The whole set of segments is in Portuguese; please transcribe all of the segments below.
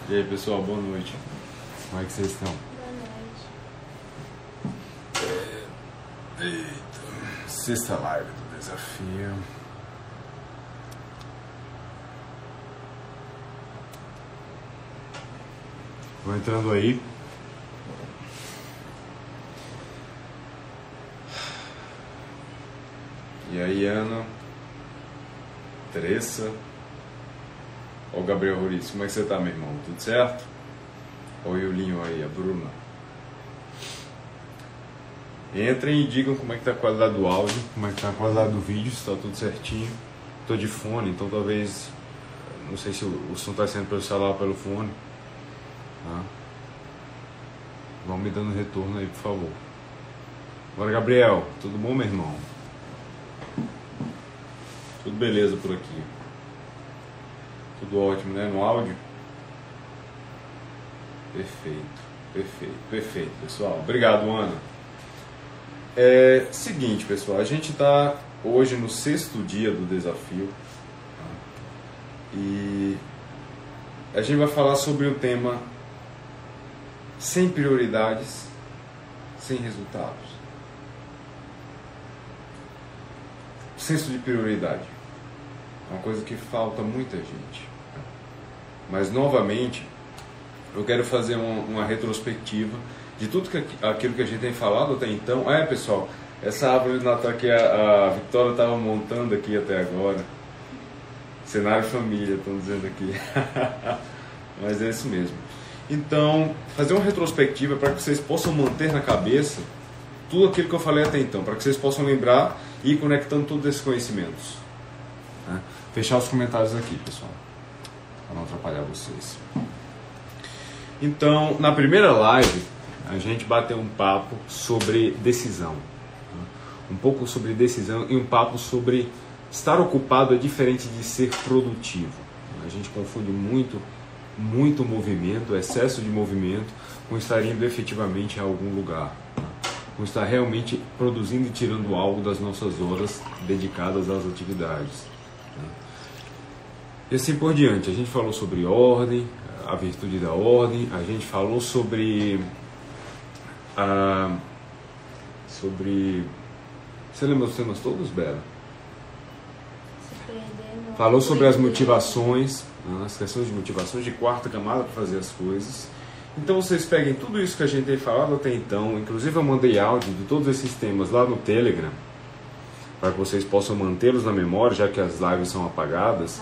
E aí pessoal, boa noite. Como é que vocês estão? Boa noite. Eita, sexta live do desafio. Vou entrando aí. E aí, Ana, Teresa, ó, Gabriel Roriz, como é que você tá, meu irmão? Tudo certo? Ó, o Yulinho aí, a Bruna. Entrem e digam como é que tá a qualidade do áudio, como é que tá a qualidade do vídeo, se tá tudo certinho. Tô de fone, então talvez, não sei se o som tá sendo pelo celular ou pelo fone. Tá? Vão me dando retorno aí, por favor. Agora, Gabriel, tudo bom, meu irmão? Tudo beleza por aqui. Tudo ótimo, né? No áudio? Perfeito, pessoal. Obrigado, Ana. Seguinte, pessoal, a gente está hoje no 6º dia do desafio, tá? E a gente vai falar sobre o tema sem prioridades, sem resultados. O senso de prioridade é uma coisa que falta muita gente. Mas, novamente, eu quero fazer uma retrospectiva de tudo aquilo que a gente tem falado até então. Pessoal, essa árvore de Natal que a Vitória estava montando aqui até agora. Cenário família, estão dizendo aqui. Mas é isso mesmo. Então, fazer uma retrospectiva para que vocês possam manter na cabeça tudo aquilo que eu falei até então, para que vocês possam lembrar e ir conectando todos esses conhecimentos. Tá? Fechar os comentários aqui, pessoal, para não atrapalhar vocês. Então, na primeira live, a gente bateu um papo sobre decisão. Um pouco sobre decisão e um papo sobre estar ocupado é diferente de ser produtivo. A gente confunde muito movimento, excesso de movimento, com estar indo efetivamente a algum lugar. Com estar realmente produzindo e tirando algo das nossas horas dedicadas às atividades. E assim por diante. A gente falou sobre ordem, a virtude da ordem, a gente falou sobre... Você lembra dos temas todos, Bela? Falou sobre as motivações, as questões de motivações, de quarta camada para fazer as coisas. Então vocês peguem tudo isso que a gente tem falado até então, inclusive eu mandei áudio de todos esses temas lá no Telegram, para que vocês possam mantê-los na memória, já que as lives são apagadas.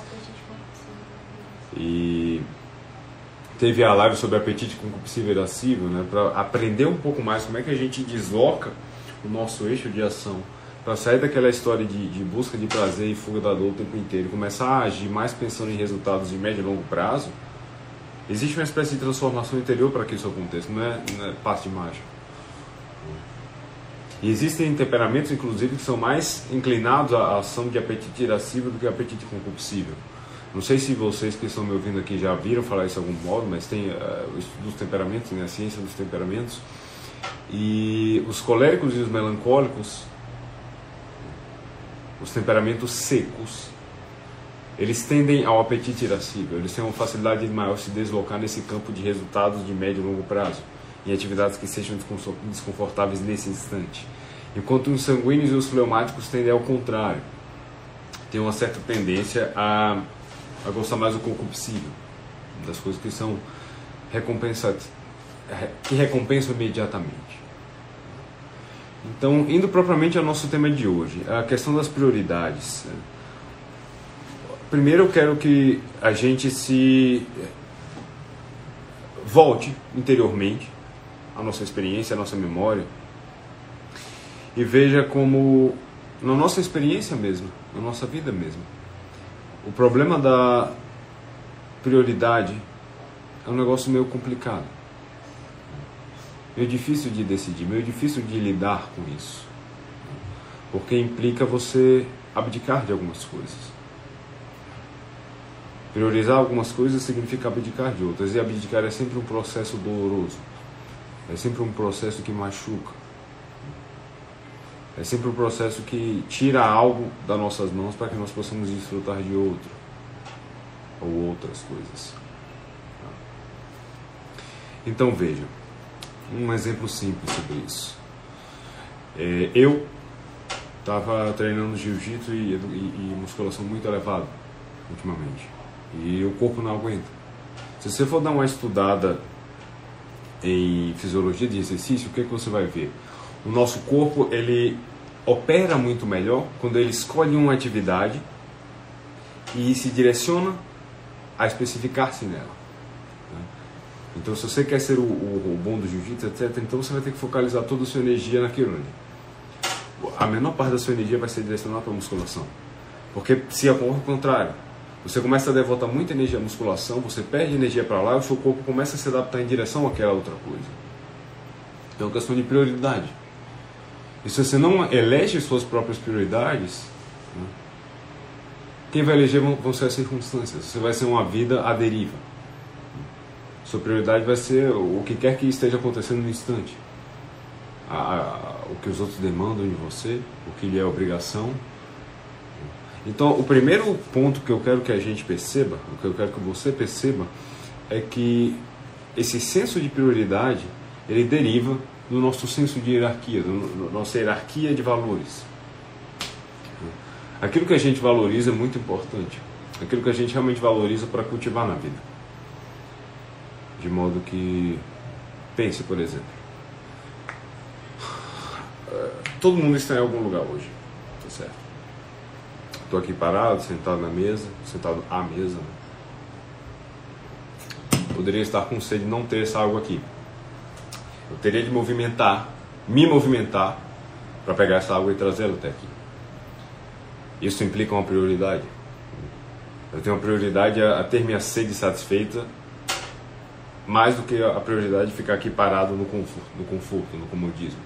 E teve a live sobre apetite concupiscível e irascível, né, para aprender um pouco mais como é que a gente desloca o nosso eixo de ação, para sair daquela história de busca de prazer e fuga da dor o tempo inteiro, e começar a agir mais pensando em resultados de médio e longo prazo. Existe uma espécie de transformação interior para que isso aconteça, não é passe de mágica. E existem temperamentos, inclusive, que são mais inclinados à ação de apetite irascível do que apetite concupiscível. Não sei se vocês que estão me ouvindo aqui já viram falar isso de algum modo, mas tem o estudo dos temperamentos, né, a ciência dos temperamentos. E os coléricos e os melancólicos, os temperamentos secos, eles tendem ao apetite irascível, eles têm uma facilidade maior de se deslocar nesse campo de resultados de médio e longo prazo, em atividades que sejam desconfortáveis nesse instante. Enquanto os sanguíneos e os fleumáticos tendem ao contrário, tem uma certa tendência a gostar mais do concupiscível, das coisas que são que recompensam imediatamente. Então, indo propriamente ao nosso tema de hoje, a questão das prioridades. Primeiro eu quero que a gente se volte interiormente à nossa experiência, à nossa memória, e veja como, na nossa experiência mesmo, na nossa vida mesmo, o problema da prioridade é um negócio meio complicado, meio difícil de decidir, meio difícil de lidar com isso, porque implica você abdicar de algumas coisas. Priorizar algumas coisas significa abdicar de outras, e abdicar é sempre um processo doloroso, é sempre um processo que machuca, é sempre um processo que tira algo das nossas mãos para que nós possamos desfrutar de outro ou outras coisas. Então veja, um exemplo simples sobre isso. Eu estava treinando jiu-jitsu e musculação muito elevado ultimamente, e o corpo não aguenta. Se você for dar uma estudada em fisiologia de exercício, o que você vai ver? O nosso corpo, ele opera muito melhor quando ele escolhe uma atividade e se direciona a especificar-se nela. Então, se você quer ser o bom do jiu-jitsu, etc., então você vai ter que focalizar toda a sua energia naquilo ali. A menor parte da sua energia vai ser direcionada para a musculação. Porque se ocorre o contrário, você começa a devotar muita energia à musculação, você perde energia para lá e o seu corpo começa a se adaptar em direção àquela outra coisa. Então é uma questão de prioridade. E se você não elege suas próprias prioridades, quem vai eleger vão ser as circunstâncias. Você vai ser uma vida à deriva. Sua prioridade vai ser o que quer que esteja acontecendo no instante. O que os outros demandam de você, o que lhe é obrigação. Então, o primeiro ponto que eu quero que a gente perceba, o que eu quero que você perceba, é que esse senso de prioridade, ele deriva do nosso senso de hierarquia, da nossa hierarquia de valores. Aquilo que a gente valoriza é muito importante. Aquilo que a gente realmente valoriza para cultivar na vida. De modo que, pense, por exemplo, todo mundo está em algum lugar hoje, tá certo? Estou aqui parado, sentado na mesa, sentado à mesa. Poderia estar com sede de não ter essa água aqui. Eu teria de me movimentar para pegar essa água e trazê-la até aqui. Isso implica uma prioridade. Eu tenho uma prioridade a ter minha sede satisfeita, mais do que a prioridade de ficar aqui parado no conforto, no comodismo.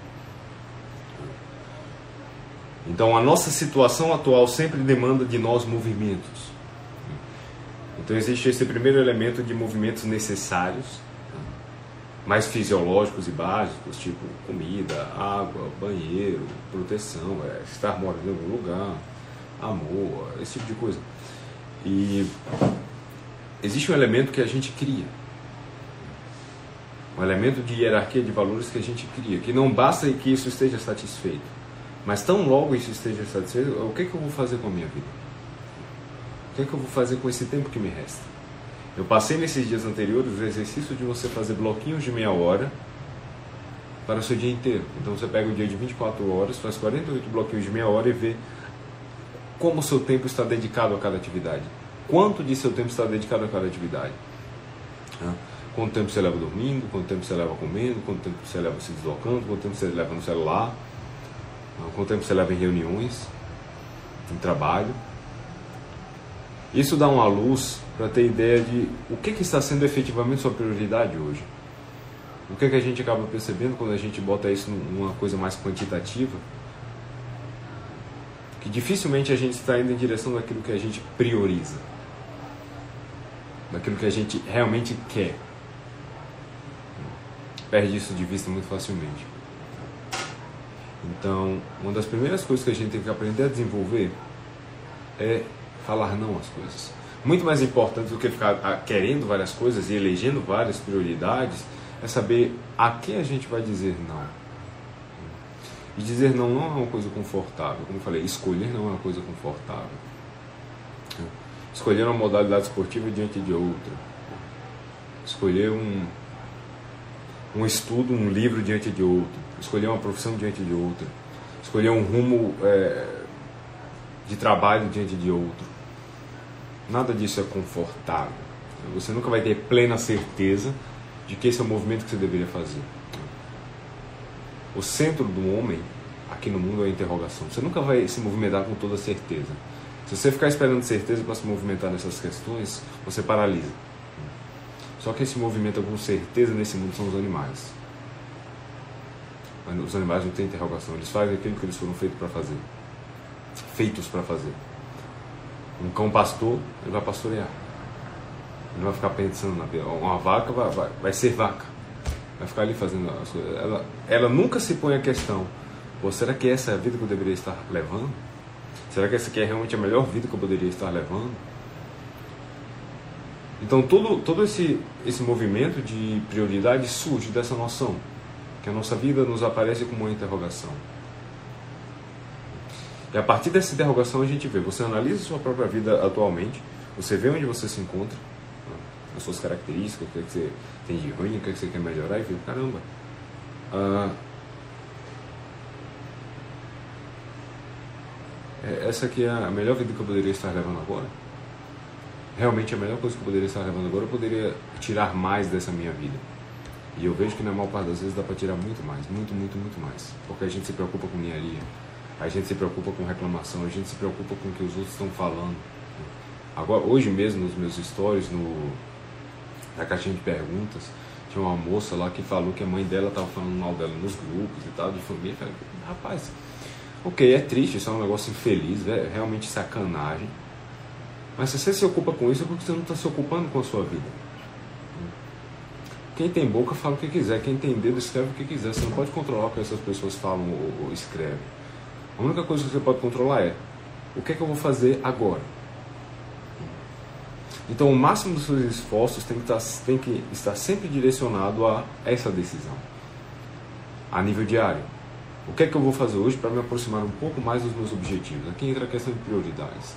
Então a nossa situação atual sempre demanda de nós movimentos. Então existe esse primeiro elemento de movimentos necessários, mais fisiológicos e básicos, tipo comida, água, banheiro, proteção, estar morando em algum lugar, amor, esse tipo de coisa. E existe um elemento que a gente cria, um elemento de hierarquia de valores que a gente cria, que não basta que isso esteja satisfeito. Mas tão logo isso esteja satisfeito, o que eu vou fazer com a minha vida? O que eu vou fazer com esse tempo que me resta? Eu passei nesses dias anteriores o exercício de você fazer bloquinhos de meia hora para o seu dia inteiro. Então você pega o dia de 24 horas, faz 48 bloquinhos de meia hora e vê como o seu tempo está dedicado a cada atividade. Quanto de seu tempo está dedicado a cada atividade? Quanto tempo você leva dormindo, quanto tempo você leva comendo, quanto tempo você leva se deslocando, quanto tempo você leva no celular, quanto tempo você leva em reuniões, em trabalho. Isso dá uma luz para ter ideia de o que está sendo efetivamente sua prioridade hoje. O que a gente acaba percebendo quando a gente bota isso numa coisa mais quantitativa? Que dificilmente a gente está indo em direção daquilo que a gente prioriza, daquilo que a gente realmente quer. Perde isso de vista muito facilmente. Então, uma das primeiras coisas que a gente tem que aprender a desenvolver é falar não às coisas. Muito mais importante do que ficar querendo várias coisas e elegendo várias prioridades, é saber a que a gente vai dizer não. E dizer não é uma coisa confortável. Como eu falei, escolher não é uma coisa confortável. Escolher uma modalidade esportiva diante de outra. Escolher um estudo, um livro diante de outro. Escolher uma profissão diante de outra. Escolher um rumo de trabalho diante de outro. Nada disso é confortável. Você nunca vai ter plena certeza de que esse é o movimento que você deveria fazer. O centro do homem aqui no mundo é a interrogação. Você nunca vai se movimentar com toda certeza. Se você ficar esperando certeza para se movimentar nessas questões, você paralisa. Só quem se movimenta com certeza nesse mundo são os animais. Os animais não têm interrogação, eles fazem aquilo que eles foram feitos para fazer. Um cão pastor, ele vai pastorear. Ele não vai ficar pensando na vida. Uma vaca vai ser vaca. Vai ficar ali fazendo as coisas. Ela nunca se põe a questão: pô, será que essa é a vida que eu deveria estar levando? Será que essa aqui é realmente a melhor vida que eu poderia estar levando? Então todo esse movimento de prioridade surge dessa noção, que a nossa vida nos aparece como uma interrogação. E a partir dessa interrogação a gente vê, você analisa a sua própria vida atualmente, você vê onde você se encontra, as suas características, o que você tem de ruim, o que você quer melhorar, e vê, caramba, essa aqui é a melhor vida que eu poderia estar levando agora? Realmente a melhor coisa que eu poderia estar levando agora, eu poderia tirar mais dessa minha vida. E eu vejo que na maior parte das vezes dá para tirar muito mais, muito mais. Porque a gente se preocupa com ninharia, a gente se preocupa com reclamação, a gente se preocupa com o que os outros estão falando. Agora, hoje mesmo, nos meus stories, na caixinha de perguntas, tinha uma moça lá que falou que a mãe dela estava falando mal dela nos grupos e tal, de família. Eu falei, rapaz, ok, é triste, isso é um negócio infeliz, é realmente sacanagem. Mas se você se ocupa com isso, é porque você não está se ocupando com a sua vida. Quem tem boca fala o que quiser, quem tem dedo escreve o que quiser. Você não pode controlar o que essas pessoas falam ou escrevem. A única coisa que você pode controlar é o que é que eu vou fazer agora. Então o máximo dos seus esforços tem que estar sempre direcionado a essa decisão, a nível diário. O que é que eu vou fazer hoje para me aproximar um pouco mais dos meus objetivos? Aqui entra a questão de prioridades.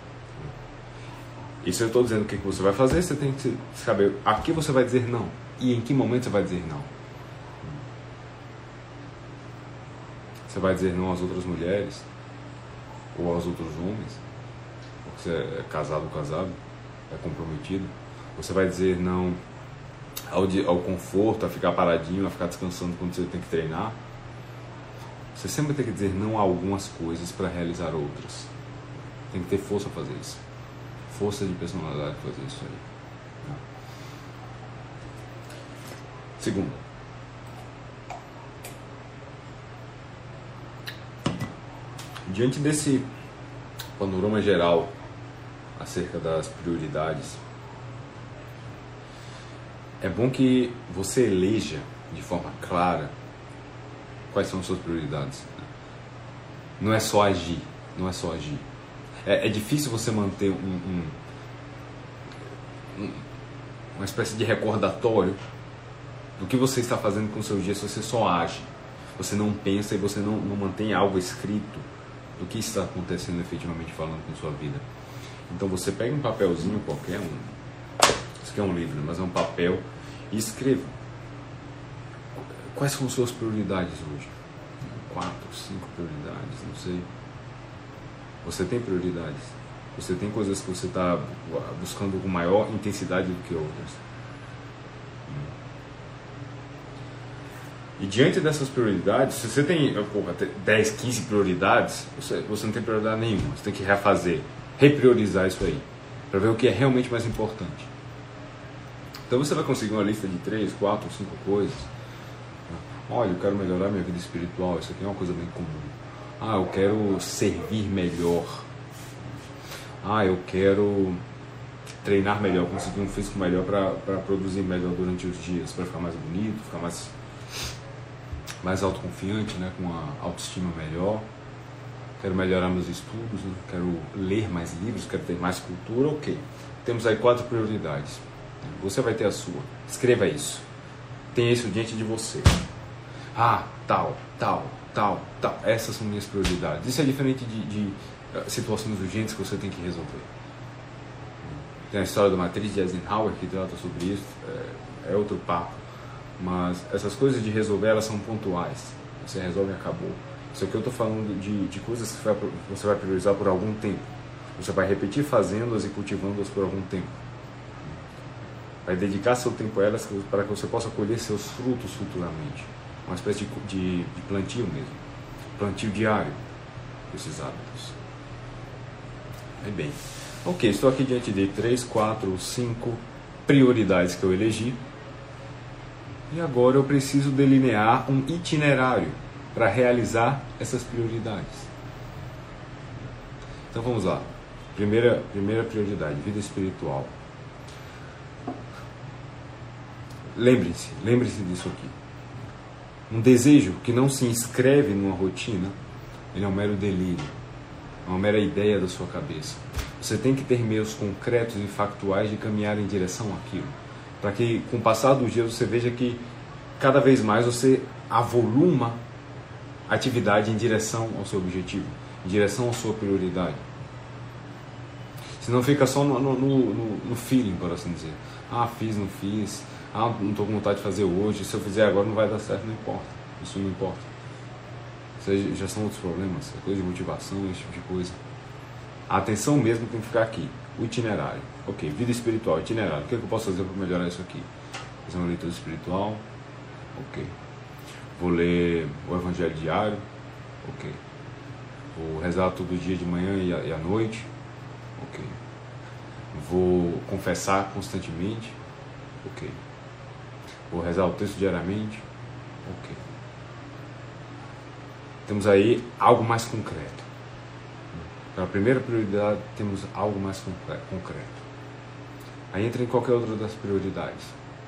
E se eu estou dizendo o que você vai fazer, você tem que saber a que você vai dizer não e em que momento você vai dizer não. Você vai dizer não às outras mulheres ou aos outros homens, porque você é casado ou casado, é comprometido. Você vai dizer não ao conforto, a ficar paradinho, a ficar descansando quando você tem que treinar. Você sempre tem que dizer não a algumas coisas para realizar outras. Tem que ter força para fazer isso. Força de personalidade para fazer isso aí. Segundo, diante desse panorama geral acerca das prioridades, é bom que você eleja de forma clara quais são as suas prioridades. Não é só agir, não é só agir. É difícil você manter uma espécie de recordatório do que você está fazendo com o seu dia se você só age. Você não pensa e você não mantém algo escrito do que está acontecendo efetivamente falando com sua vida. Então você pega um papelzinho qualquer, isso aqui é um livro, mas é um papel, e escreva. Quais são as suas prioridades hoje? 4, 5 prioridades, não sei. Você tem prioridades? Você tem coisas que você está buscando com maior intensidade do que outras? E diante dessas prioridades, se você tem 10, 15 prioridades, você não tem prioridade nenhuma. Você tem que refazer, repriorizar isso aí, para ver o que é realmente mais importante. Então você vai conseguir uma lista de 3, 4, 5 coisas. Olha, eu quero melhorar minha vida espiritual, isso aqui é uma coisa bem comum. Eu quero servir melhor. Eu quero treinar melhor, conseguir um físico melhor para produzir melhor durante os dias, para ficar mais bonito, ficar mais autoconfiante, né, com uma autoestima melhor. Quero melhorar meus estudos, né? Quero ler mais livros, quero ter mais cultura, ok. Temos aí 4 prioridades. Você vai ter a sua. Escreva isso. Tenha isso diante de você. Tal. Essas são minhas prioridades. Isso é diferente de situações urgentes que você tem que resolver. Tem a história da matriz de Eisenhower que trata sobre isso. É outro papo. Mas essas coisas de resolver, elas são pontuais. Você resolve e acabou. Isso aqui eu estou falando de coisas que você vai priorizar por algum tempo. Você vai repetir fazendo-as e cultivando-as por algum tempo. Vai dedicar seu tempo a elas para que você possa colher seus frutos futuramente. Uma espécie de plantio mesmo. Plantio diário desses hábitos. Bem, ok, estou aqui diante de 3, 4, 5 prioridades que eu elegi. E agora eu preciso delinear um itinerário para realizar essas prioridades. Então vamos lá. Primeira prioridade, vida espiritual. Lembre-se disso aqui. Um desejo que não se inscreve numa rotina, ele é um mero delírio. é uma mera ideia da sua cabeça. Você tem que ter meios concretos e factuais de caminhar em direção àquilo, para que com o passar dos dias você veja que cada vez mais você avoluma a atividade em direção ao seu objetivo, em direção à sua prioridade. Senão fica só no feeling, por assim dizer. Ah, fiz, não fiz. Ah, não estou com vontade de fazer hoje. Se eu fizer agora não vai dar certo, não importa. Isso não importa. Isso já são outros problemas. É coisa de motivação, esse tipo de coisa. A atenção mesmo tem que ficar aqui. O itinerário. Ok, vida espiritual, itinerário. O que eu posso fazer para melhorar isso aqui? Fazer uma leitura espiritual. Ok. Vou ler o Evangelho diário. Ok. Vou rezar todo dia de manhã e à noite. Ok. Vou confessar constantemente. Ok. Vou rezar o texto diariamente. Ok. Temos aí algo mais concreto. Para a primeira prioridade, temos algo mais concreto. Aí entra em qualquer outra das prioridades.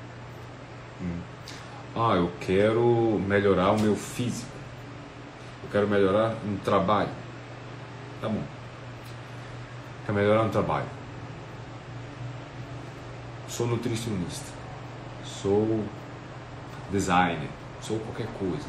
Ah, eu quero melhorar o meu físico. Eu quero melhorar no trabalho. Tá bom. Quero melhorar no trabalho. Sou nutricionista. Sou designer. Sou qualquer coisa.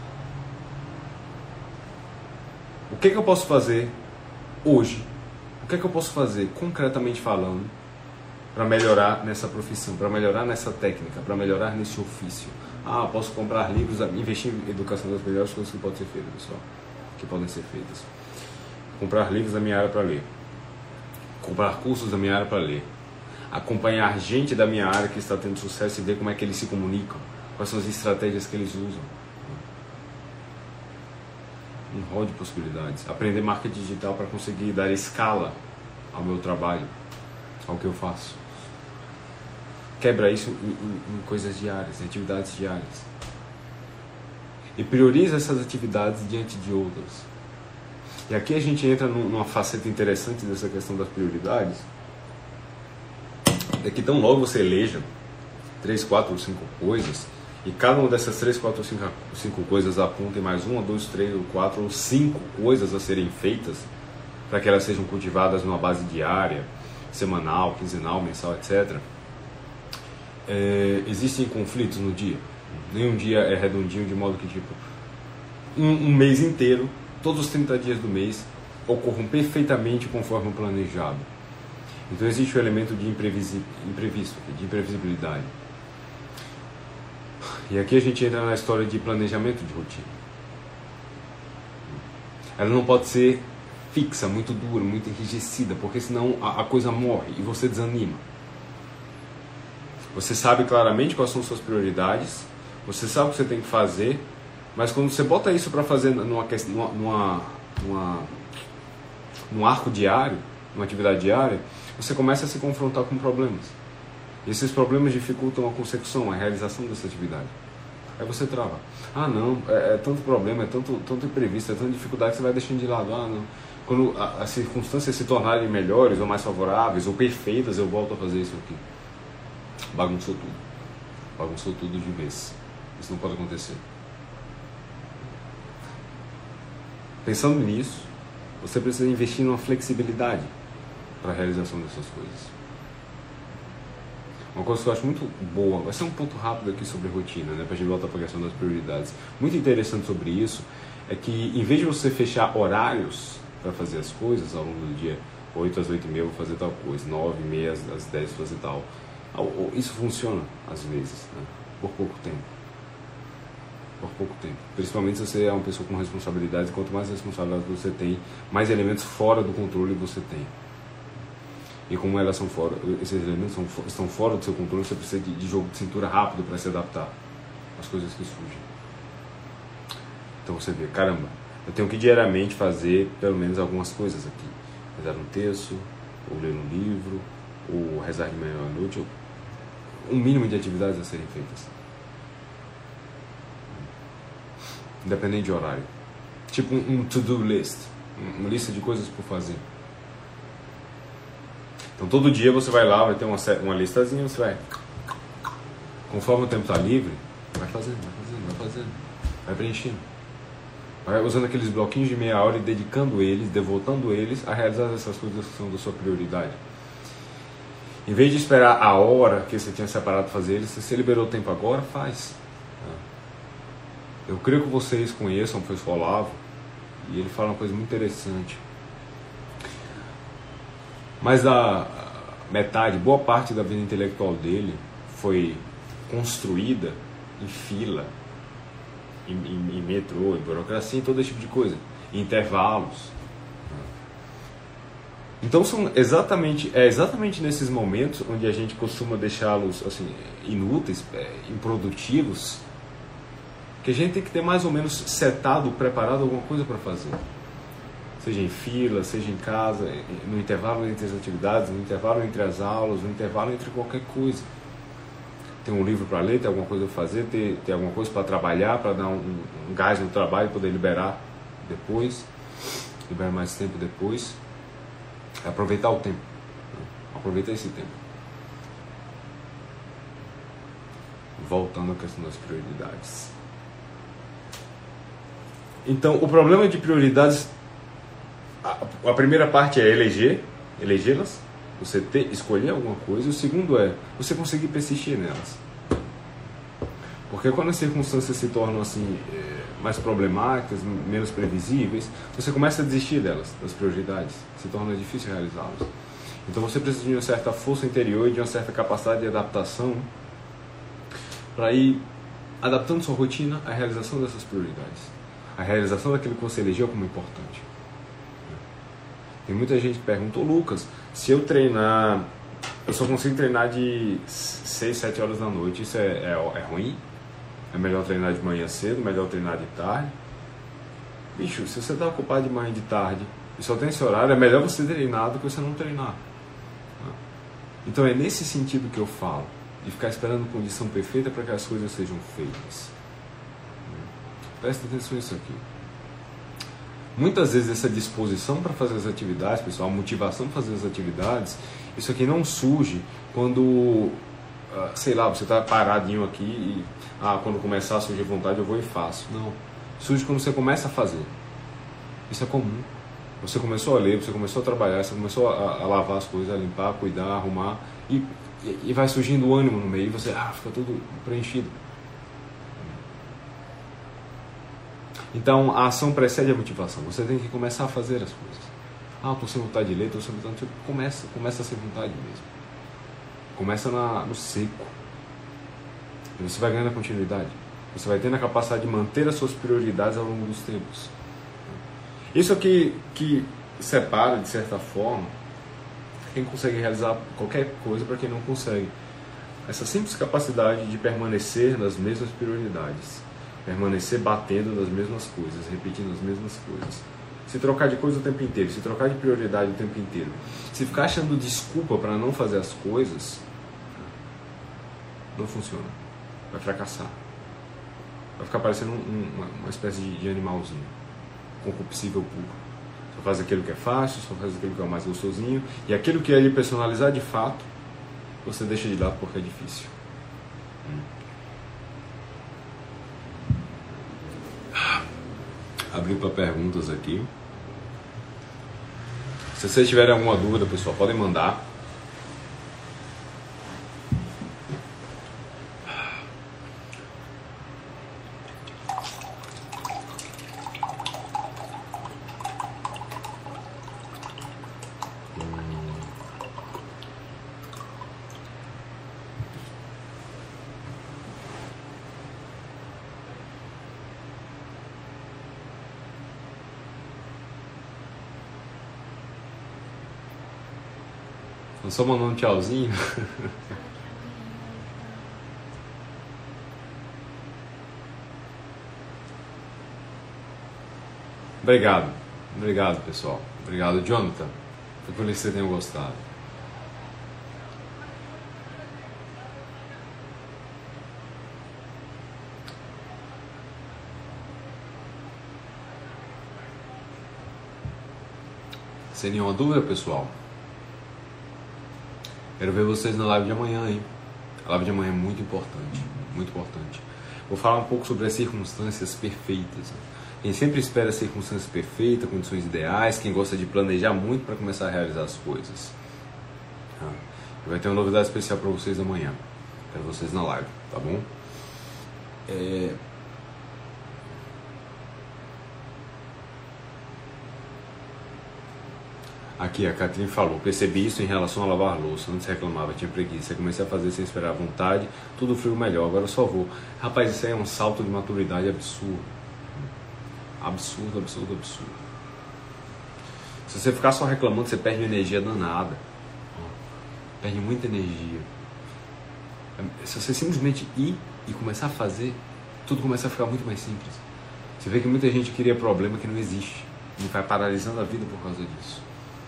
O que eu posso fazer hoje? O que eu posso fazer, concretamente falando, para melhorar nessa profissão, para melhorar nessa técnica, para melhorar nesse ofício? Ah, posso comprar livros, investir em educação das melhores coisas que podem ser feitas, pessoal. Que podem ser feitas. Comprar livros da minha área para ler. Comprar cursos da minha área para ler. Acompanhar gente da minha área que está tendo sucesso e ver como é que eles se comunicam. Quais são as estratégias que eles usam. Um rol de possibilidades. Aprender marketing digital para conseguir dar escala ao meu trabalho, ao que eu faço. Quebra isso em coisas diárias, em atividades diárias. E prioriza essas atividades diante de outras. E aqui a gente entra numa faceta interessante dessa questão das prioridades. É que tão logo você eleja 3, 4 ou 5 coisas, e cada uma dessas 3, 4 ou 5 coisas apontem mais 1, 2, 3 ou 4 ou 5 coisas a serem feitas, para que elas sejam cultivadas numa base diária, semanal, quinzenal, mensal, etc. Existem conflitos no dia. Nenhum dia é redondinho, de modo que tipo um mês inteiro, todos os 30 dias do mês ocorram perfeitamente conforme o planejado. Então existe o elemento de imprevisto, de imprevisibilidade. E aqui a gente entra na história de planejamento de rotina. Ela não pode ser fixa, muito dura, muito enrijecida, porque senão a coisa morre e você desanima. Você sabe claramente quais são suas prioridades, você sabe o que você tem que fazer, mas quando você bota isso para fazer num arco diário, numa atividade diária, você começa a se confrontar com problemas. E esses problemas dificultam a consecução, a realização dessa atividade. Aí você trava. Ah não, é tanto problema, é tanto imprevisto, é tanta dificuldade que você vai deixando de lado. Ah não, quando as circunstâncias se tornarem melhores ou mais favoráveis ou perfeitas, eu volto a fazer isso aqui. Bagunçou tudo. Bagunçou tudo de vez. Isso não pode acontecer. Pensando nisso, você precisa investir numa flexibilidade para a realização dessas coisas. Uma coisa que eu acho muito boa, vai ser um ponto rápido aqui sobre rotina, né, para a gente voltar para a questão das prioridades. Muito interessante sobre isso é que, em vez de você fechar horários para fazer as coisas ao longo do dia, 8 às 8h30 eu vou fazer tal coisa, 9h30 às 10 fazer tal. Isso funciona às vezes, né, por pouco tempo. Por pouco tempo. Principalmente se você é uma pessoa com responsabilidades, quanto mais responsabilidade você tem, mais elementos fora do controle você tem. E como elas são fora, esses elementos estão fora do seu controle, você precisa de jogo de cintura rápido para se adaptar às coisas que surgem. Então você vê, caramba, eu tenho que diariamente fazer pelo menos algumas coisas aqui. Rezar um terço, ou ler um livro, ou rezar de manhã à noite, ou um mínimo de atividades a serem feitas. Independente de horário. Tipo um to-do list, uma lista de coisas por fazer. Então todo dia você vai lá, vai ter uma listazinha, você vai, conforme o tempo está livre, vai fazendo, vai preenchendo. Vai usando aqueles bloquinhos de meia hora e dedicando eles, devotando eles a realizar essas coisas que são da sua prioridade. Em vez de esperar a hora que você tinha separado para fazer eles, se você liberou o tempo agora, faz. Eu creio que vocês conheçam o professor Olavo, e ele fala uma coisa muito interessante. Mas a metade, boa parte da vida intelectual dele foi construída em fila, em metrô, em burocracia, em todo esse tipo de coisa, em intervalos. Então é exatamente nesses momentos onde a gente costuma deixá-los assim, inúteis, improdutivos, que a gente tem que ter mais ou menos setado, preparado alguma coisa para fazer. Seja em fila, seja em casa, no intervalo entre as atividades, no intervalo entre as aulas, no intervalo entre qualquer coisa. Tem um livro para ler, tem alguma coisa para fazer, tem alguma coisa para trabalhar, para dar um gás no trabalho, poder liberar depois, liberar mais tempo depois. Aproveitar o tempo, aproveitar esse tempo. Voltando à questão das prioridades. Então, o problema de prioridades, a primeira parte é elegê-las, você escolher alguma coisa. O segundo é você conseguir persistir nelas. Porque quando as circunstâncias se tornam assim, mais problemáticas, menos previsíveis, você começa a desistir delas, das prioridades. Se torna difícil realizá-las. Então você precisa de uma certa força interior e de uma certa capacidade de adaptação para ir adaptando sua rotina à realização dessas prioridades. A realização daquilo que você elegeu como importante. Tem muita gente que pergunta: Lucas, se eu treinar, eu só consigo treinar de 6, 7 horas da noite, isso é ruim? É melhor treinar de manhã cedo, melhor treinar de tarde? Bicho, se você está ocupado de manhã e de tarde e só tem esse horário, é melhor você treinar do que você não treinar. Então é nesse sentido que eu falo, de ficar esperando condição perfeita para que as coisas sejam feitas. Presta atenção nisso aqui. Muitas vezes essa disposição para fazer as atividades, pessoal, a motivação para fazer as atividades, isso aqui não surge quando, sei lá, você está paradinho aqui e quando começar a surgir vontade eu vou e faço. Não. Surge quando você começa a fazer. Isso é comum. Você começou a ler, você começou a trabalhar, você começou a lavar as coisas, a limpar, a cuidar, a arrumar, e vai surgindo o ânimo no meio, e você fica todo preenchido. Então a ação precede a motivação. Você tem que começar a fazer as coisas. Estou sem vontade de ler, estou sem vontade de... Começa a ser vontade mesmo. Começa no seco. E você vai ganhando a continuidade. Você vai tendo a capacidade de manter as suas prioridades ao longo dos tempos. Isso aqui que separa, de certa forma, quem consegue realizar qualquer coisa para quem não consegue. Essa simples capacidade de permanecer nas mesmas prioridades. Permanecer batendo nas mesmas coisas, repetindo as mesmas coisas. Se trocar de coisa o tempo inteiro, se trocar de prioridade o tempo inteiro, se ficar achando desculpa para não fazer as coisas, não funciona. Vai fracassar. Vai ficar parecendo uma espécie de animalzinho, concupiscível puro. Só faz aquilo que é fácil, só faz aquilo que é mais gostosinho, e aquilo que é lhe personalizar de fato, você deixa de lado porque é difícil. Abrir para perguntas aqui. Se vocês tiverem alguma dúvida, pessoal, podem mandar. Eu só mandando um tchauzinho. Obrigado pessoal. Obrigado, Jonathan. Fico feliz que vocês tenham gostado. Sem nenhuma dúvida, pessoal, quero ver vocês na live de amanhã, hein? A live de amanhã é muito importante, muito importante. Vou falar um pouco sobre as circunstâncias perfeitas. Quem sempre espera circunstâncias perfeitas, condições ideais, quem gosta de planejar muito para começar a realizar as coisas. Vai ter uma novidade especial para vocês amanhã. Quero vocês na live, tá bom? Aqui a Catherine falou, percebi isso em relação a lavar louça, antes reclamava, tinha preguiça, comecei a fazer sem esperar a vontade, tudo frio melhor, agora eu só vou. Rapaz, isso aí é um salto de maturidade absurdo. Absurdo, absurdo, absurdo. Se você ficar só reclamando, você perde energia danada. Perde muita energia. Se você simplesmente ir e começar a fazer, tudo começa a ficar muito mais simples. Você vê que muita gente cria problema que não existe e vai paralisando a vida por causa disso.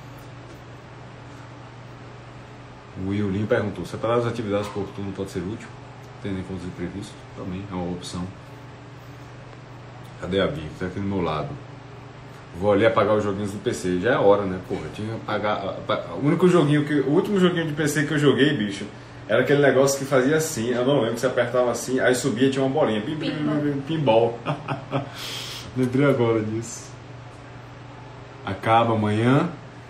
O Willinho perguntou, separar as atividades por turno pode ser útil? Tendo em conta os imprevistos? Também é uma opção. Cadê a Bia? Está aqui do meu lado. Vou ali apagar os joguinhos do PC. Já é hora, né? Porra, eu tinha que apagar. O último joguinho de PC que eu joguei, bicho, era aquele negócio que fazia assim. Eu não lembro, que você apertava assim, aí subia e tinha uma bolinha. Pinball. Lembrei agora disso. Acaba amanhã.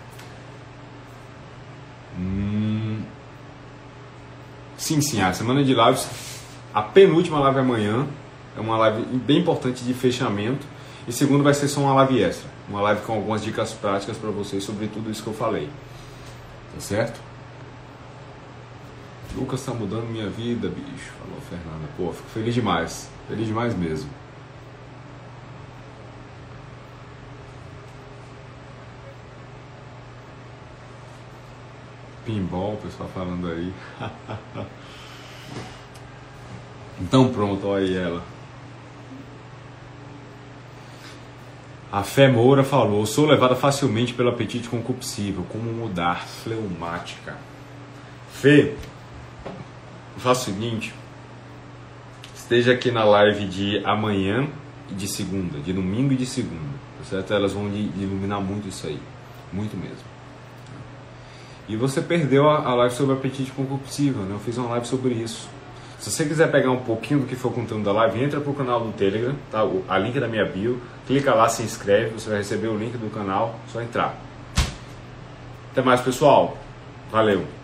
Sim, a semana de lives, a penúltima live amanhã é uma live bem importante de fechamento, e segundo vai ser só uma live extra, uma live com algumas dicas práticas para vocês sobre tudo isso que eu falei, tá certo? Lucas tá mudando minha vida, bicho, falou a Fernanda. Pô, fico feliz demais mesmo. Pinball, o pessoal falando aí. Então pronto, olha aí ela. A Fé Moura falou, sou levada facilmente pelo apetite concupiscível, como mudar? Fleumática. Fê, faça o seguinte, esteja aqui na live de amanhã e de segunda, de domingo e de segunda, tá certo? Elas vão iluminar muito isso aí, muito mesmo. E você perdeu a live sobre apetite concupiscível, né? Eu fiz uma live sobre isso. Se você quiser pegar um pouquinho do que for o conteúdo da live, entra pro canal do Telegram, tá? A link da minha bio, clica lá, se inscreve, você vai receber o link do canal, só entrar. Até mais, pessoal. Valeu.